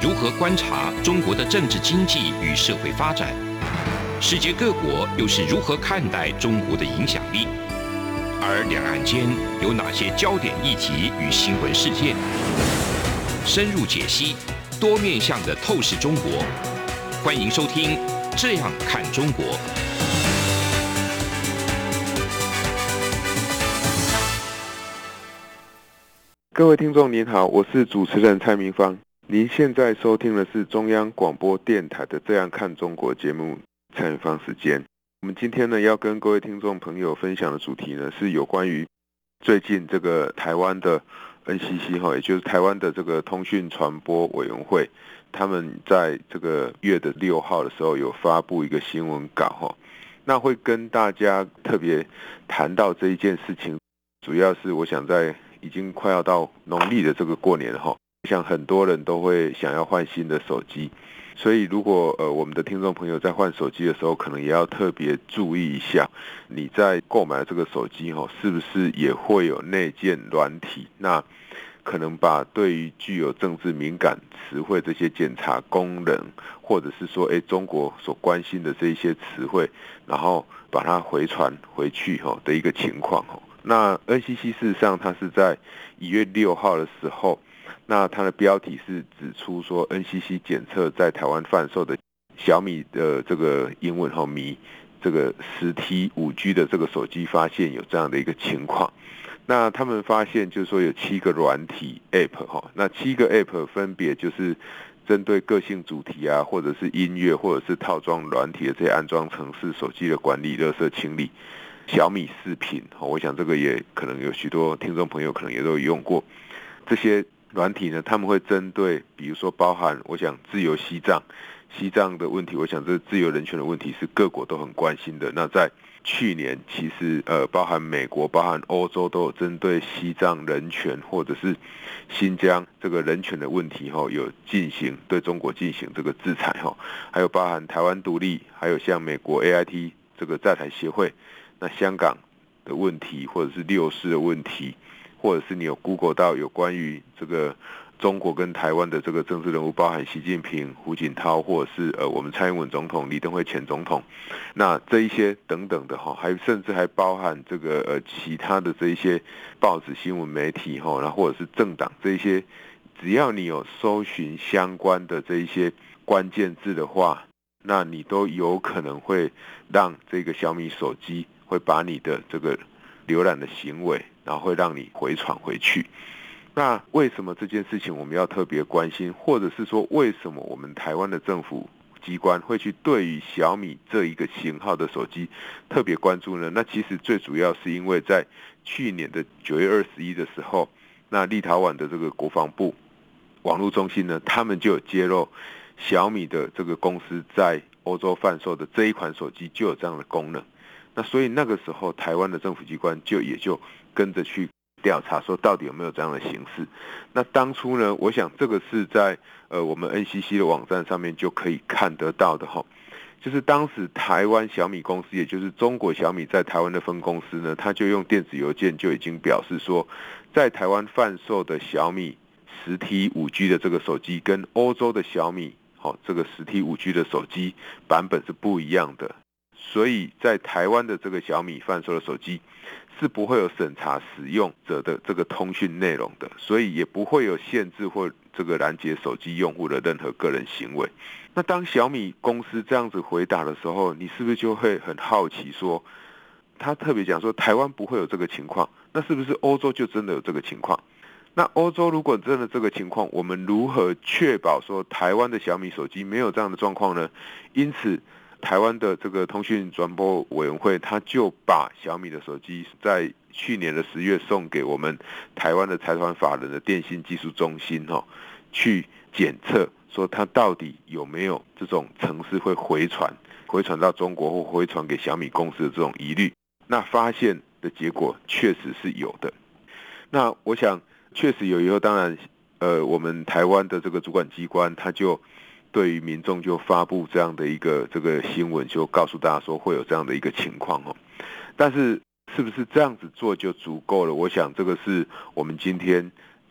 如何观察中国的政治经济与社会发展？世界各国又是如何看待中国的影响力？而两岸间有哪些焦点议题与新闻事件？深入解析，多面向的透视中国。欢迎收听《这样看中国》。 各位听众您好，我是主持人蔡明芳。您现在收听的是中央广播电台的《这样看中国》节目，蔡明芳时间。我们今天呢要跟各位听众朋友分享的主题呢是有关于最近这个台湾的 NCC 也就是台湾的这个通讯传播委员会，他们在这个月的6号的时候有发布一个新闻稿那会跟大家特别谈到这一件事情，主要是我想在已经快要到农历的这个过年我想很多人都会想要换新的手机，所以如果我们的听众朋友在换手机的时候，可能也要特别注意一下，你在购买这个手机是不是也会有内建软体，那可能把对于具有政治敏感词汇这些检查功能，或者是说中国所关心的这一些词汇，然后把它回传回去的一个情况那 NCC 事实上它是在1月6号的时候，那它的标题是指出说 NCC 检测在台湾贩售的小米的这个英文米这个10T 5G 的这个手机发现有这样的一个情况。那他们发现就是说有7个软体 App 那7个 App 分别就是针对个性主题啊，或者是音乐，或者是套装软体的这些安装程式、手机的管理、垃圾清理、小米视频我想这个也可能有许多听众朋友可能也都有用过。这些软体呢，他们会针对比如说包含我想自由西藏的问题，我想这自由人权的问题是各国都很关心的。那在去年其实包含美国包含欧洲都有针对西藏人权或者是新疆这个人权的问题有进行对中国进行这个制裁还有包含台湾独立，还有像美国 AIT 这个在台协会，那香港的问题，或者是六四的问题，或者是你有 Google 到有关于这个中国跟台湾的这个政治人物，包含习近平、胡锦涛，或者是我们蔡英文总统、李登辉前总统，那这一些等等的还甚至还包含这个其他的这一些报纸新闻媒体然后或者是政党这一些，只要你有搜寻相关的这一些关键字的话，那你都有可能会让这个小米手机会把你的这个浏览的行为，然后会让你回传回去。那为什么这件事情我们要特别关心，或者是说为什么我们台湾的政府机关会去对于小米这一个型号的手机特别关注呢？那其实最主要是因为在去年的9月21的时候，那立陶宛的这个国防部网络中心呢，他们就有揭露小米的这个公司在欧洲贩售的这一款手机就有这样的功能。那所以那个时候台湾的政府机关也就跟着去调查说到底有没有这样的形式。那当初呢，我想这个是在我们 NCC 的网站上面就可以看得到的就是当时台湾小米公司，也就是中国小米在台湾的分公司呢，他就用电子邮件就已经表示说，在台湾贩售的小米10T 5G 的这个手机跟欧洲的小米这个10T 5G 的手机版本是不一样的，所以在台湾的这个小米贩售的手机是不会有审查使用者的这个通讯内容的，所以也不会有限制或这个拦截手机用户的任何个人行为。那当小米公司这样子回答的时候，你是不是就会很好奇说，他特别讲说台湾不会有这个情况，那是不是欧洲就真的有这个情况？那欧洲如果真的这个情况，我们如何确保说台湾的小米手机没有这样的状况呢？因此台湾的这个通讯传播委员会，他就把小米的手机在去年的10月送给我们台湾的财团法人的电信技术中心去检测，说它到底有没有这种程式会回传到中国或回传给小米公司的这种疑虑。那发现的结果确实是有的。那我想确实有以后，当然我们台湾的这个主管机关，他就对于民众就发布这样的一个这个新闻，就告诉大家说会有这样的一个情况但是是不是这样子做就足够了？我想这个是我们今天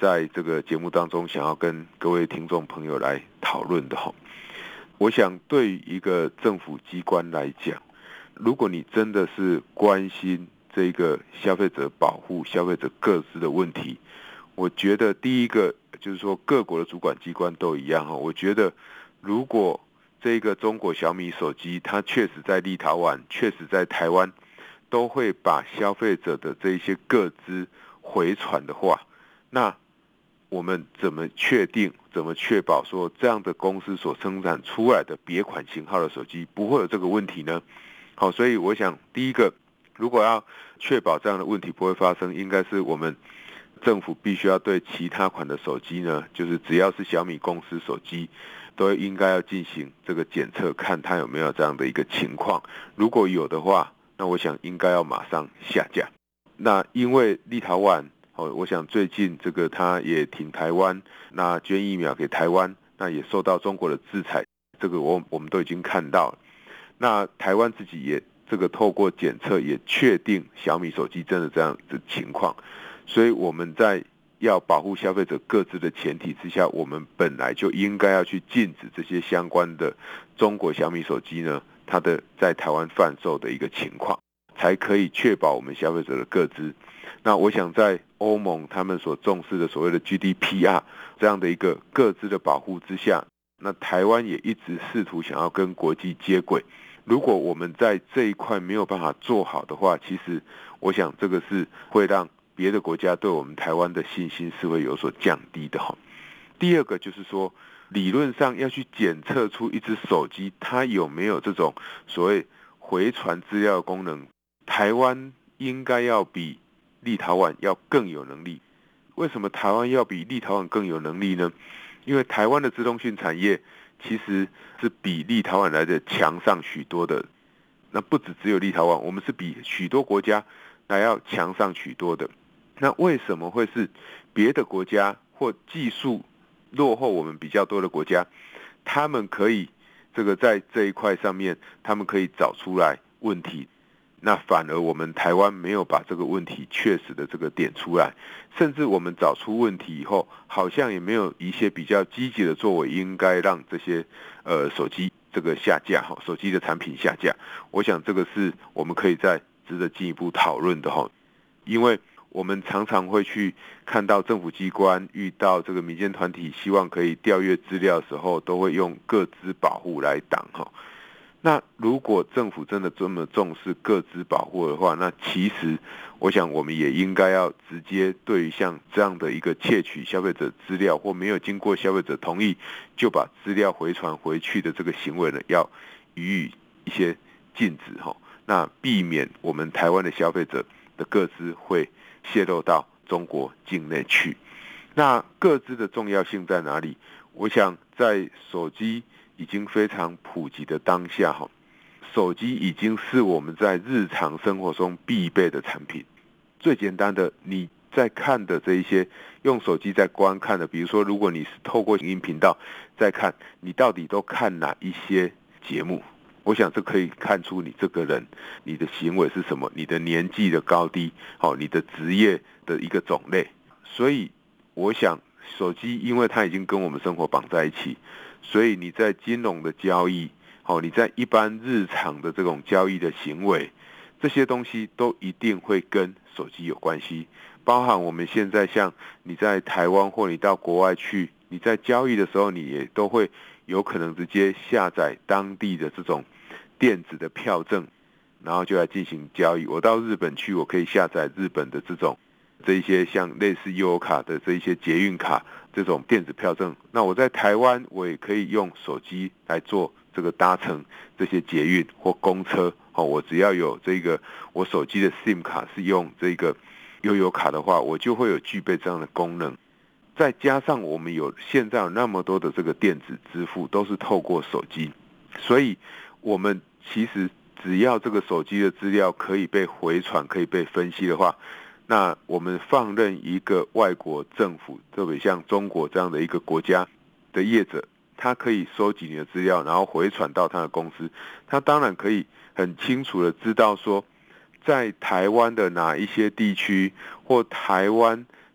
在这个节目当中想要跟各位听众朋友来讨论的。我想对于一个政府机关来讲，如果你真的是关心这个消费者保护、消费者个资的问题，我觉得第一个就是说各国的主管机关都一样。我觉得如果这个中国小米手机它确实在立陶宛、确实在台湾都会把消费者的这些个资回传的话，那我们怎么确定、怎么确保说这样的公司所生产出来的别款型号的手机不会有这个问题呢？好，所以我想第一个，如果要确保这样的问题不会发生，应该是我们政府必须要对其他款的手机呢，就是只要是小米公司手机，都应该要进行这个检测，看它有没有这样的一个情况。如果有的话，那我想应该要马上下架。那因为立陶宛，我想最近这个他也挺台湾，那捐疫苗给台湾，那也受到中国的制裁，这个我们都已经看到了。那台湾自己也这个透过检测也确定小米手机真的这样的情况，所以我们在要保护消费者个资的前提之下，我们本来就应该要去禁止这些相关的中国小米手机呢，它的在台湾贩售的一个情况，才可以确保我们消费者的个资。那我想在欧盟他们所重视的所谓的 GDPR 这样的一个个资的保护之下，那台湾也一直试图想要跟国际接轨。如果我们在这一块没有办法做好的话，其实我想这个是会让别的国家对我们台湾的信心是会有所降低的。第二个就是说，理论上要去检测出一只手机它有没有这种所谓回传资料的功能，台湾应该要比立陶宛要更有能力。为什么台湾要比立陶宛更有能力呢？因为台湾的资通讯产业其实是比立陶宛来的强上许多的。那不只有立陶宛，我们是比许多国家来要强上许多的。那为什么会是别的国家或技术落后我们比较多的国家，他们可以这个在这一块上面，他们可以找出来问题，那反而我们台湾没有把这个问题确实的这个点出来，甚至我们找出问题以后，好像也没有一些比较积极的作为，应该让这些手机这个下架，手机的产品下架。我想这个是我们可以再值得进一步讨论的。因为我们常常会去看到政府机关遇到这个民间团体希望可以调阅资料的时候，都会用个资保护来挡。那如果政府真的这么重视个资保护的话，那其实我想我们也应该要直接对于像这样的一个窃取消费者资料或没有经过消费者同意就把资料回传回去的这个行为呢，要予以一些禁止。那避免我们台湾的消费者的个资会泄露到中国境内去。那个资的重要性在哪里？我想在手机已经非常普及的当下，手机已经是我们在日常生活中必备的产品。最简单的，你在看的这一些用手机在观看的，比如说如果你是透过影音频道在看，你到底都看哪一些节目？我想这可以看出你这个人，你的行为是什么，你的年纪的高低，你的职业的一个种类。所以我想手机因为它已经跟我们生活绑在一起，所以你在金融的交易，你在一般日常的这种交易的行为，这些东西都一定会跟手机有关系。包含我们现在像你在台湾或你到国外去，你在交易的时候，你也都会有可能直接下载当地的这种电子的票证，然后就来进行交易。我到日本去，我可以下载日本的这一些像类似悠游卡的这一些捷运卡这种电子票证。那我在台湾，我也可以用手机来做这个搭乘这些捷运或公车。我只要有这个我手机的 SIM 卡是用这个悠游卡的话，我就会有具备这样的功能。再加上我们现在有那么多的这个电子支付都是透过手机，所以我们其实只要这个手机的资料可以被回传、可以被分析的话，那我们放任一个外国政府，特别像中国这样的一个国家的业者，他可以收集你的资料，然后回传到他的公司，他当然可以很清楚的知道说，在台湾的哪一些地区或台湾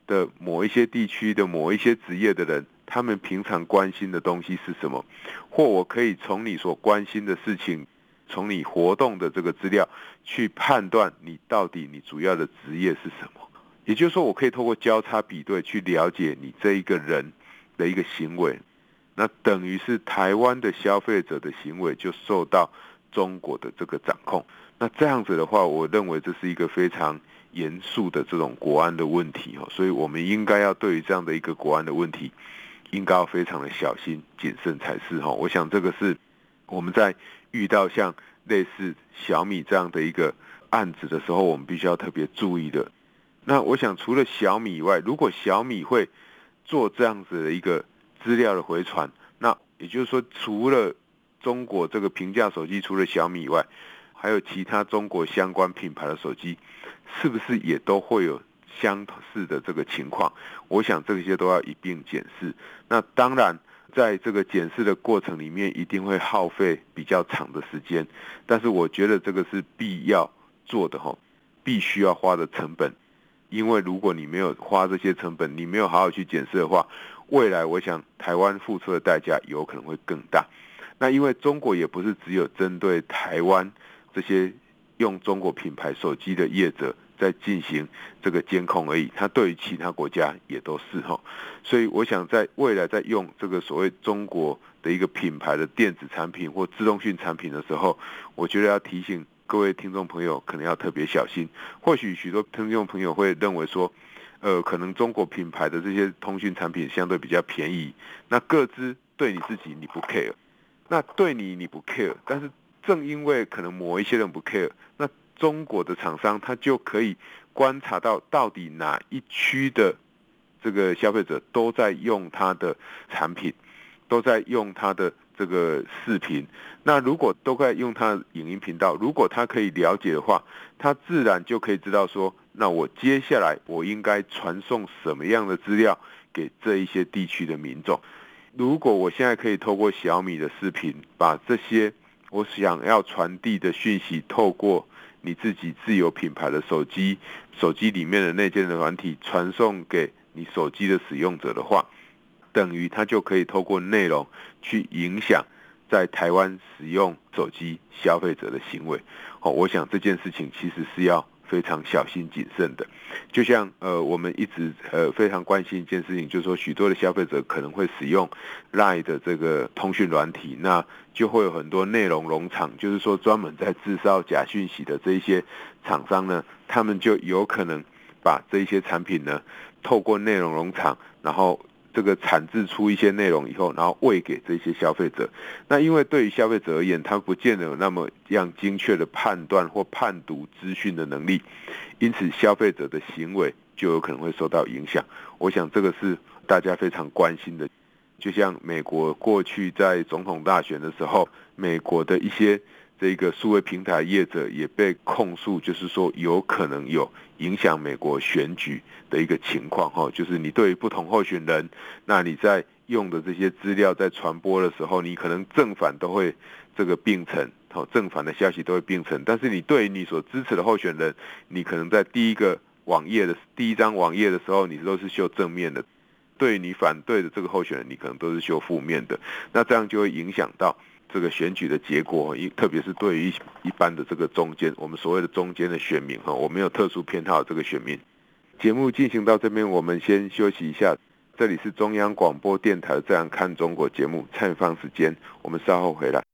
的某一些地区的某一些职业的人，他们平常关心的东西是什么，或我可以从你所关心的事情，从你活动的这个资料去判断你到底你主要的职业是什么。也就是说，我可以透过交叉比对去了解你这一个人的一个行为，那等于是台湾的消费者的行为就受到中国的这个掌控。那这样子的话，我认为这是一个非常严肃的这种国安的问题，所以我们应该要对于这样的一个国安的问题，应该要非常的小心谨慎才是。我想这个是我们在遇到像类似小米这样的一个案子的时候，我们必须要特别注意的。那我想除了小米以外，如果小米会做这样子的一个资料的回传，那也就是说，除了中国这个平价手机，除了小米以外，还有其他中国相关品牌的手机，是不是也都会有相似的这个情况？我想这些都要一并检视。那当然，在这个检视的过程里面，一定会耗费比较长的时间，但是我觉得这个是必要做的，必须要花的成本。因为如果你没有花这些成本，你没有好好去检视的话，未来我想台湾付出的代价有可能会更大。那因为中国也不是只有针对台湾这些用中国品牌手机的业者在进行这个监控而已，它对于其他国家也都是。所以我想在未来在用这个所谓中国的一个品牌的电子产品或自动讯产品的时候，我觉得要提醒各位听众朋友可能要特别小心。或许许多听众朋友会认为说，可能中国品牌的这些通讯产品相对比较便宜，那各自对你自己你不 care， 那对你不 care， 但是正因为可能某一些人不 care， 那中国的厂商他就可以观察到底哪一区的这个消费者都在用他的产品，都在用他的这个视频。那如果都在用他的影音频道，如果他可以了解的话，他自然就可以知道说，那我接下来我应该传送什么样的资料给这一些地区的民众。如果我现在可以透过小米的视频，把这些我想要传递的讯息透过你自己自有品牌的手机里面的内建的软体传送给你手机的使用者的话，等于它就可以透过内容去影响在台湾使用手机消费者的行为。我想这件事情其实是要非常小心谨慎的。就像我们一直非常关心一件事情，就是说许多的消费者可能会使用 LINE 的这个通讯软体，那就会有很多内容农场，就是说专门在制造假讯息的这一些厂商呢，他们就有可能把这一些产品呢透过内容农场，然后这个产制出一些内容以后，然后喂给这些消费者。那因为对于消费者而言，他不见得有那么样精确的判断或判读资讯的能力，因此消费者的行为就有可能会受到影响。我想这个是大家非常关心的。就像美国过去在总统大选的时候，美国的一些这个数位平台业者也被控诉，就是说有可能有影响美国选举的一个情况，就是你对于不同候选人，那你在用的这些资料在传播的时候，你可能正反都会这个并存，正反的消息都会并存，但是你对于你所支持的候选人，你可能在第一张网页的时候，你都是秀正面的，对于你反对的这个候选人，你可能都是秀负面的，那这样就会影响到这个选举的结果，特别是对于一般的这个中间，我们所谓的中间的选民，我们有特殊偏好的这个选民。节目进行到这边，我们先休息一下。这里是中央广播电台的《这样看中国》节目，蔡放时间，我们稍后回来。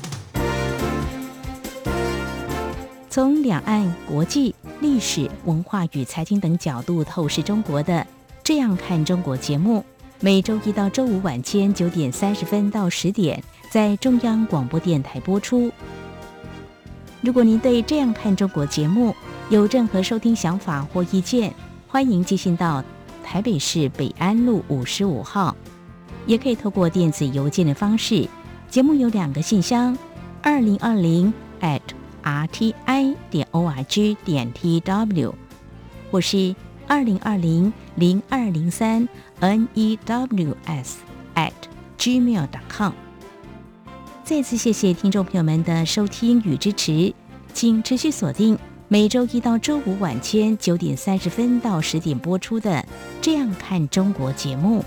从两岸、国际、历史、文化与财经等角度透视中国的《这样看中国》节目，每周一到周五晚间9点30分到10点在中央广播电台播出。如果您对《这样看中国》节目有任何收听想法或意见，欢迎寄信到台北市北安路55号，也可以透过电子邮件的方式。节目有2个信箱2020@rti.org.tw 或是2020-0203-news@gmail.com。 再次谢谢听众朋友们的收听与支持，请持续锁定每周一到周五晚间9:30到10点播出的《这样看中国》节目。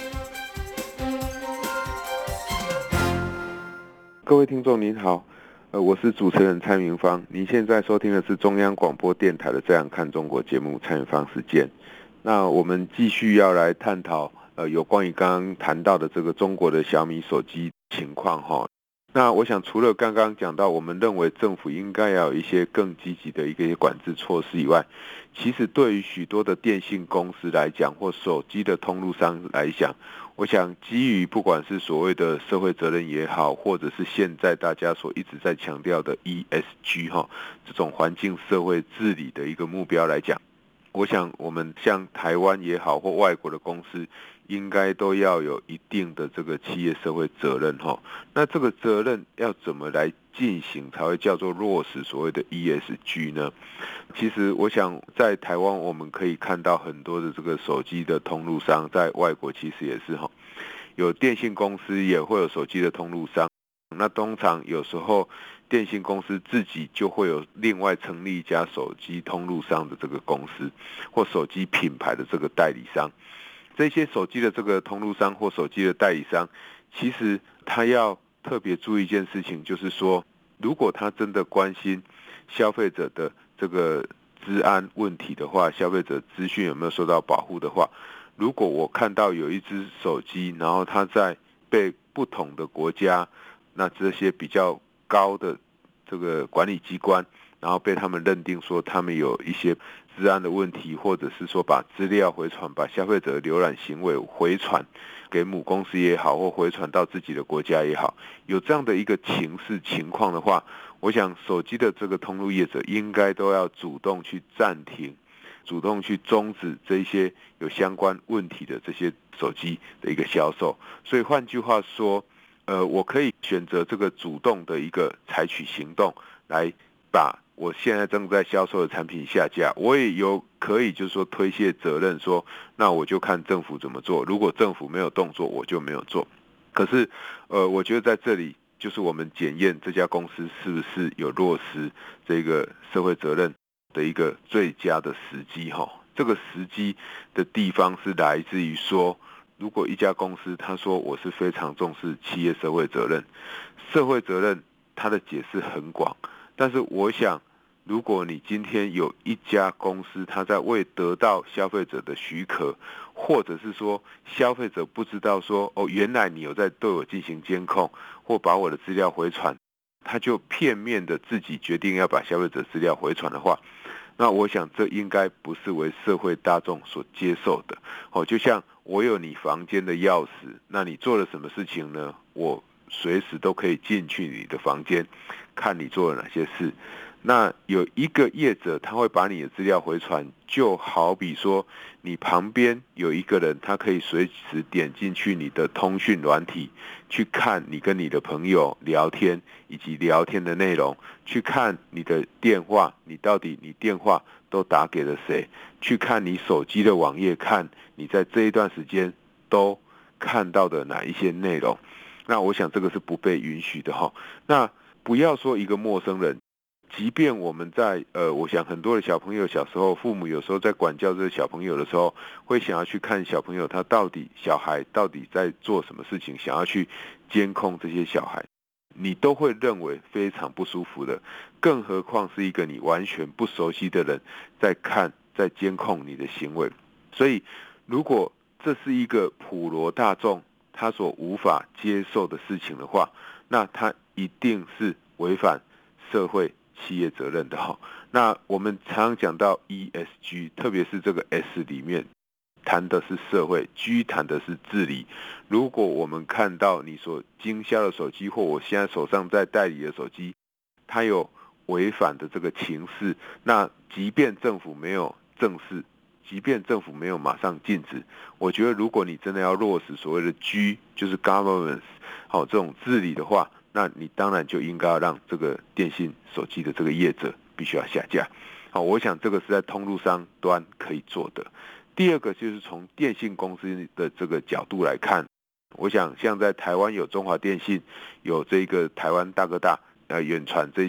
各位听众您好，我是主持人蔡明芳。您现在收听的是中央广播电台的《这样看中国》节目，蔡明芳时间。那我们继续要来探讨有关于刚刚谈到的这个中国的小米手机情况哈。那我想除了刚刚讲到我们认为政府应该要有一些更积极的一个管制措施以外，其实对于许多的电信公司来讲或手机的通路商来讲，我想基于不管是所谓的社会责任也好，或者是现在大家所一直在强调的 ESG 这种环境社会治理的一个目标来讲，我想我们像台湾也好或外国的公司应该都要有一定的这个企业社会责任那这个责任要怎么来进行才会叫做落实所谓的 ESG 呢？其实我想在台湾我们可以看到很多的这个手机的通路商，在外国其实也是有电信公司也会有手机的通路商，那通常有时候电信公司自己就会有另外成立一家手机通路商的这个公司或手机品牌的这个代理商。这些手机的这个通路商或手机的代理商，其实他要特别注意一件事情，就是说如果他真的关心消费者的这个治安问题的话，消费者资讯有没有受到保护的话，如果我看到有一只手机，然后它在被不同的国家，那这些比较高的这个管理机关，然后被他们认定说他们有一些治安的问题，或者是说把资料回传，把消费者的浏览行为回传给母公司也好，或回传到自己的国家也好，有这样的一个情况的话，我想手机的这个通路业者应该都要主动去暂停，主动去终止这些有相关问题的这些手机的一个销售。所以换句话说，我可以选择这个主动的一个采取行动，来把我现在正在销售的产品下架。我也有可以就是说推卸责任，说那我就看政府怎么做，如果政府没有动作，我就没有做。可是我觉得在这里就是我们检验这家公司是不是有落实这个社会责任的一个最佳的时机这个时机的地方是来自于说，如果一家公司他说我是非常重视企业社会责任，社会责任它的解释很广，但是我想如果你今天有一家公司，他在未得到消费者的许可，或者是说消费者不知道说原来你有在对我进行监控，或把我的资料回传，他就片面的自己决定要把消费者资料回传的话，那我想这应该不是为社会大众所接受的就像我有你房间的钥匙，那你做了什么事情呢？我随时都可以进去你的房间看你做了哪些事。那有一个业者他会把你的资料回传，就好比说你旁边有一个人，他可以随时点进去你的通讯软体，去看你跟你的朋友聊天以及聊天的内容，去看你的电话，你电话都打给了谁，去看你手机的网页，看你在这一段时间都看到的哪一些内容。那我想这个是不被允许的那不要说一个陌生人，即便我们在我想很多的小朋友小时候，父母有时候在管教这个小朋友的时候，会想要去看小朋友他小孩到底在做什么事情，想要去监控这些小孩，你都会认为非常不舒服的，更何况是一个你完全不熟悉的人在监控你的行为。所以如果这是一个普罗大众他所无法接受的事情的话，那他一定是违反社会企业责任的那我们常常讲到 ESG， 特别是这个 S 里面谈的是社会， G 谈的是治理。如果我们看到你所经销的手机，或我现在手上在代理的手机，它有违反的这个情势，那即便政府没有正视，即便政府没有马上禁止，我觉得如果你真的要落实所谓的 G， 就是 governance 这种治理的话，那你当然就应该要让这个电信手机的这个业者必须要下架。我想这个是在通路商端可以做的。第二个就是从电信公司的这个角度来看，我想像在台湾有中华电信，有这个台湾大哥大、远传这些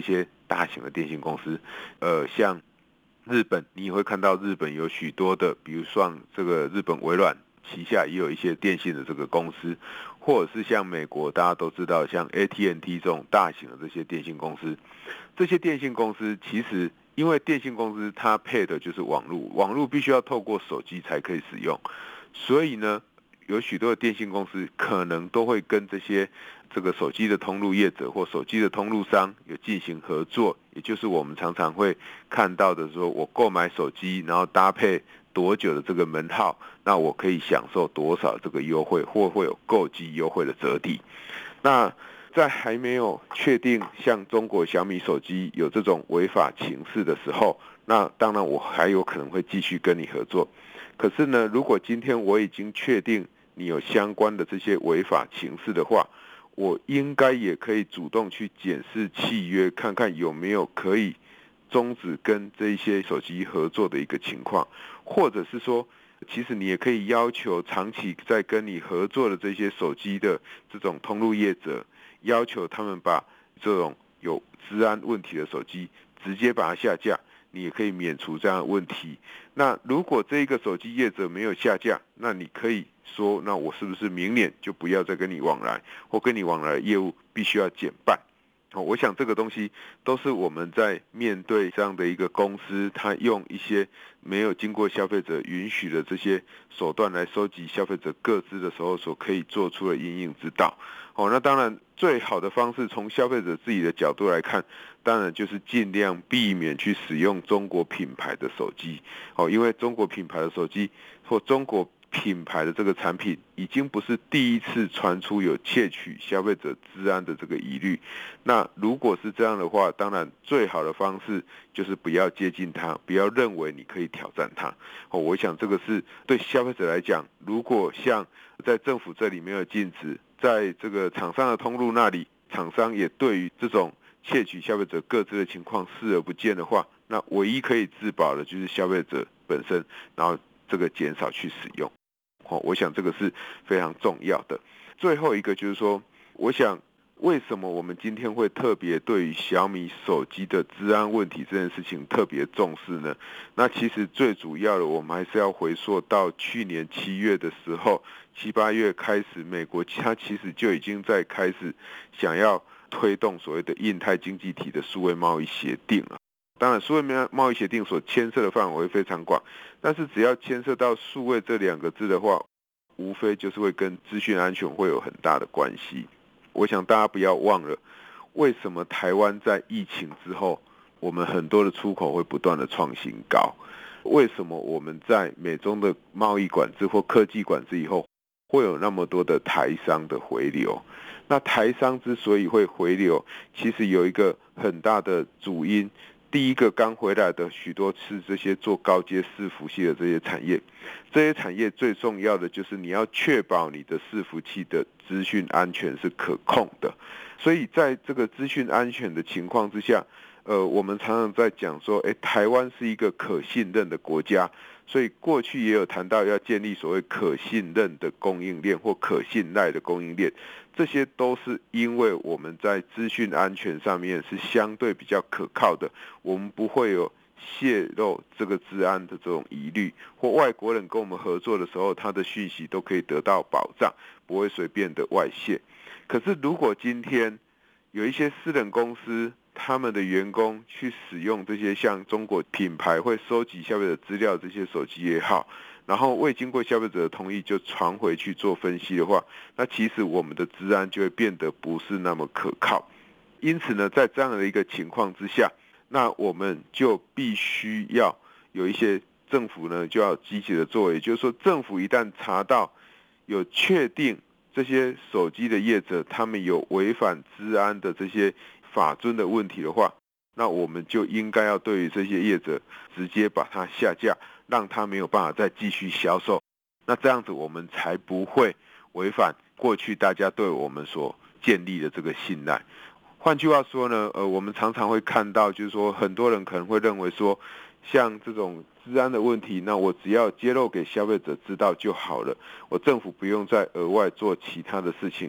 大型的电信公司，像日本，你也会看到日本有许多的，比如说这个日本微软旗下也有一些电信的这个公司，或者是像美国大家都知道像 AT&T 这种大型的这些电信公司，这些电信公司其实因为电信公司它配的就是网络必须要透过手机才可以使用，所以呢有许多的电信公司可能都会跟这个手机的通路业者或手机的通路商有进行合作，也就是我们常常会看到的说，我购买手机，然后搭配多久的这个门号，那我可以享受多少这个优惠，或会有购机优惠的折抵。那在还没有确定像中国小米手机有这种违法情事的时候，那当然我还有可能会继续跟你合作。可是呢，如果今天我已经确定你有相关的这些违法情事的话，我应该也可以主动去检视契约，看看有没有可以终止跟这些手机合作的一个情况，或者是说，其实你也可以要求长期在跟你合作的这些手机的这种通路业者，要求他们把这种有治安问题的手机直接把它下架，你也可以免除这样的问题。那如果这一个手机业者没有下架，那你可以说，那我是不是明年就不要再跟你往来，或跟你往来的业务必须要减半？我想这个东西都是我们在面对这样的一个公司，它用一些没有经过消费者允许的这些手段来收集消费者个资的时候所可以做出的因应之道。那当然最好的方式从消费者自己的角度来看，当然就是尽量避免去使用中国品牌的手机，因为中国品牌的手机或中国品牌的这个产品已经不是第一次传出有窃取消费者资安的这个疑虑。那如果是这样的话，当然最好的方式就是不要接近它，不要认为你可以挑战它。我想这个是对消费者来讲，如果像在政府这里没有禁止，在这个厂商的通路那里，厂商也对于这种窃取消费者个资的情况视而不见的话，那唯一可以自保的就是消费者本身，然后这个减少去使用。我想这个是非常重要的。最后一个就是说，我想为什么我们今天会特别对于小米手机的治安问题这件事情特别重视呢？那其实最主要的，我们还是要回溯到去年7月的时候，7、8月开始，美国它其实就已经在开始想要推动所谓的印太经济体的数位贸易协定了。当然，数位贸易协定所牵涉的范围非常广，但是只要牵涉到数位这2个字的话，无非就是会跟资讯安全会有很大的关系。我想大家不要忘了，为什么台湾在疫情之后，我们很多的出口会不断的创新高？为什么我们在美中的贸易管制或科技管制以后，会有那么多的台商的回流？那台商之所以会回流，其实有一个很大的主因。第一个刚回来的许多是这些做高阶伺服器的这些产业，这些产业最重要的就是你要确保你的伺服器的资讯安全是可控的。所以在这个资讯安全的情况之下，我们常常在讲说，台湾是一个可信任的国家，所以过去也有谈到要建立所谓可信任的供应链或可信赖的供应链，这些都是因为我们在资讯安全上面是相对比较可靠的，我们不会有泄露这个治安的这种疑虑，或外国人跟我们合作的时候，他的讯息都可以得到保障，不会随便的外泄。可是如果今天有一些私人公司，他们的员工去使用这些像中国品牌会收集消费者资料这些手机也好，然后未经过消费者的同意就传回去做分析的话，那其实我们的治安就会变得不是那么可靠。因此呢，在这样的一个情况之下，那我们就必须要有一些政府呢就要积极的作为，也就是说政府一旦查到有确定这些手机的业者他们有违反治安的这些法遵的问题的话，那我们就应该要对于这些业者直接把它下架，让他没有办法再继续销售。那这样子我们才不会违反过去大家对我们所建立的这个信赖。换句话说呢，我们常常会看到，就是说很多人可能会认为说，像这种治安的问题，那我只要揭露给消费者知道就好了，我政府不用再额外做其他的事情。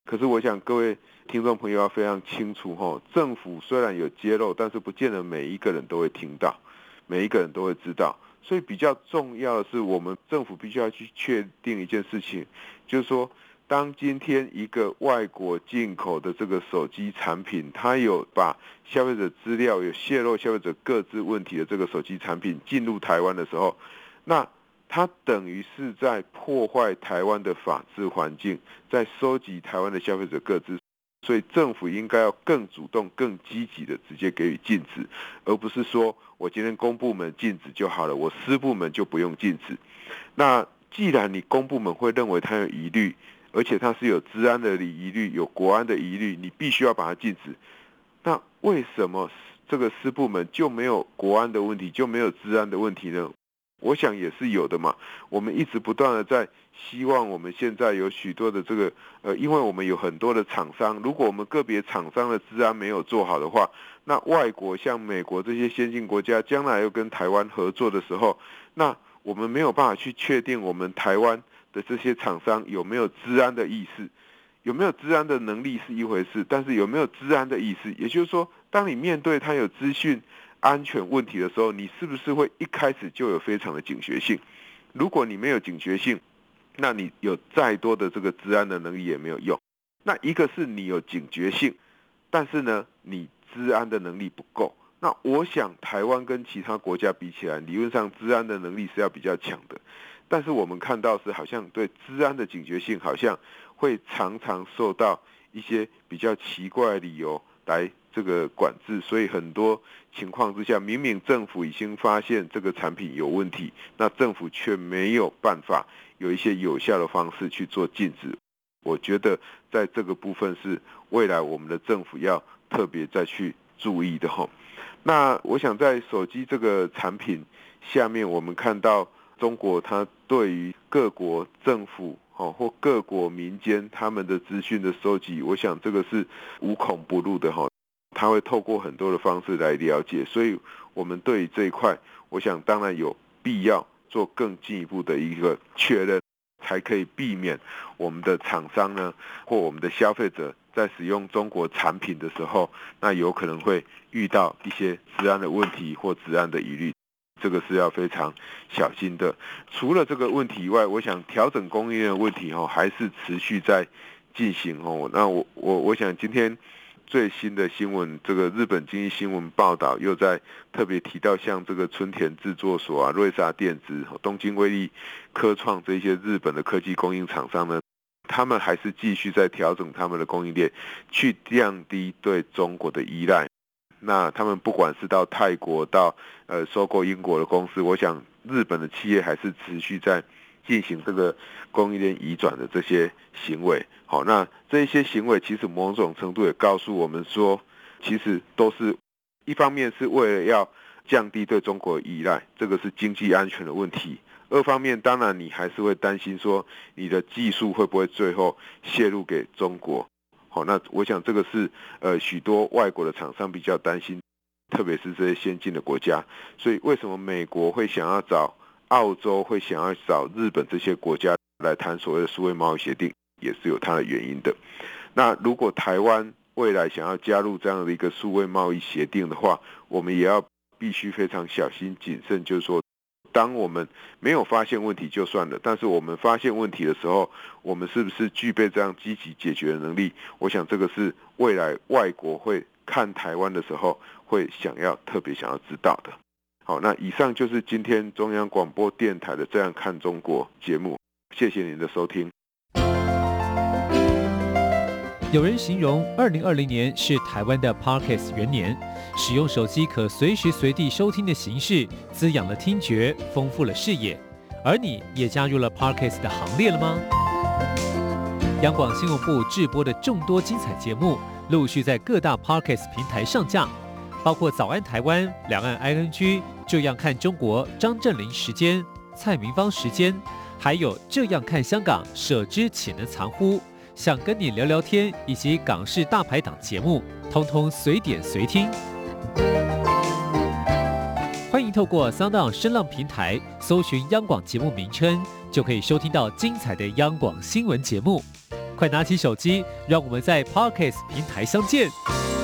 可是我想各位听众朋友要非常清楚政府虽然有揭露，但是不见得每一个人都会听到，每一个人都会知道。所以比较重要的是，我们政府必须要去确定一件事情，就是说，当今天一个外国进口的这个手机产品，它有把消费者资料有泄露消费者个资问题的这个手机产品进入台湾的时候，那它等于是在破坏台湾的法治环境，在收集台湾的消费者个资。所以政府应该要更主动、更积极的直接给予禁止，而不是说我今天公部门禁止就好了，我私部门就不用禁止。那既然你公部门会认为它有疑虑，而且它是有治安的疑虑、有国安的疑虑，你必须要把它禁止。那为什么这个私部门就没有国安的问题，就没有治安的问题呢？我想也是有的嘛。我们一直不断的在希望我们现在有许多的这个因为我们有很多的厂商，如果我们个别厂商的治安没有做好的话，那外国像美国这些先进国家将来又跟台湾合作的时候，那我们没有办法去确定我们台湾的这些厂商有没有治安的意识，有没有治安的能力是一回事，但是有没有治安的意识，也就是说，当你面对它有资讯安全问题的时候，你是不是会一开始就有非常的警觉性？如果你没有警觉性，那你有再多的这个治安的能力也没有用。那一个是你有警觉性，但是呢，你治安的能力不够。那我想台湾跟其他国家比起来，理论上治安的能力是要比较强的，但是我们看到是好像对治安的警觉性好像会常常受到一些比较奇怪的理由来这个管制，所以很多情况之下，明明政府已经发现这个产品有问题，那政府却没有办法有一些有效的方式去做禁止。我觉得在这个部分是未来我们的政府要特别再去注意的吼。那我想在手机这个产品下面，我们看到中国它对于各国政府或各国民间他们的资讯的收集，我想这个是无孔不入的，他会透过很多的方式来了解，所以我们对于这一块，我想当然有必要做更进一步的一个确认，才可以避免我们的厂商呢或我们的消费者在使用中国产品的时候，那有可能会遇到一些治安的问题或治安的疑虑，这个是要非常小心的。除了这个问题以外，我想调整供应链的问题还是持续在进行。那我想今天最新的新闻，这个日本经济新闻报道又在特别提到，像这个春田制作所啊、瑞萨电子、东京威力科创这些日本的科技供应厂商呢，他们还是继续在调整他们的供应链，去降低对中国的依赖。那他们不管是到泰国到收购英国的公司，我想日本的企业还是持续在进行这个供应链移转的这些行为。好，那这些行为其实某种程度也告诉我们说，其实都是一方面是为了要降低对中国的依赖，这个是经济安全的问题；二方面当然你还是会担心说你的技术会不会最后泄露给中国。好，那我想这个是许多外国的厂商比较担心，特别是这些先进的国家。所以为什么美国会想要找澳洲，会想要找日本这些国家来谈所谓的数位贸易协定，也是有它的原因的。那如果台湾未来想要加入这样的一个数位贸易协定的话，我们也要必须非常小心谨慎，就是说当我们没有发现问题就算了，但是我们发现问题的时候，我们是不是具备这样积极解决的能力？我想这个是未来外国会看台湾的时候会特别想要知道的。好，那以上就是今天中央广播电台的《这样看中国》节目，谢谢您的收听。 有人形容2020年是台湾的 Podcast 元年，使用手机可随时随地收听的形式，滋养了听觉，丰富了视野。而你也加入了 Podcast 的行列了吗？央广新闻部制播的众多精彩节目，陆续在各大 Podcast 平台上架，包括早安台湾、两岸 ING、这样看中国、张正霖时间、蔡明芳时间，还有这样看香港、舍之岂能藏乎，想跟你聊聊天，以及港式大排档节目，通通随点随听。欢迎透过 SoundOn 声浪平台搜寻央广节目名称，就可以收听到精彩的央广新闻节目。 快拿起手机，让我们在 Podcast 平台相见。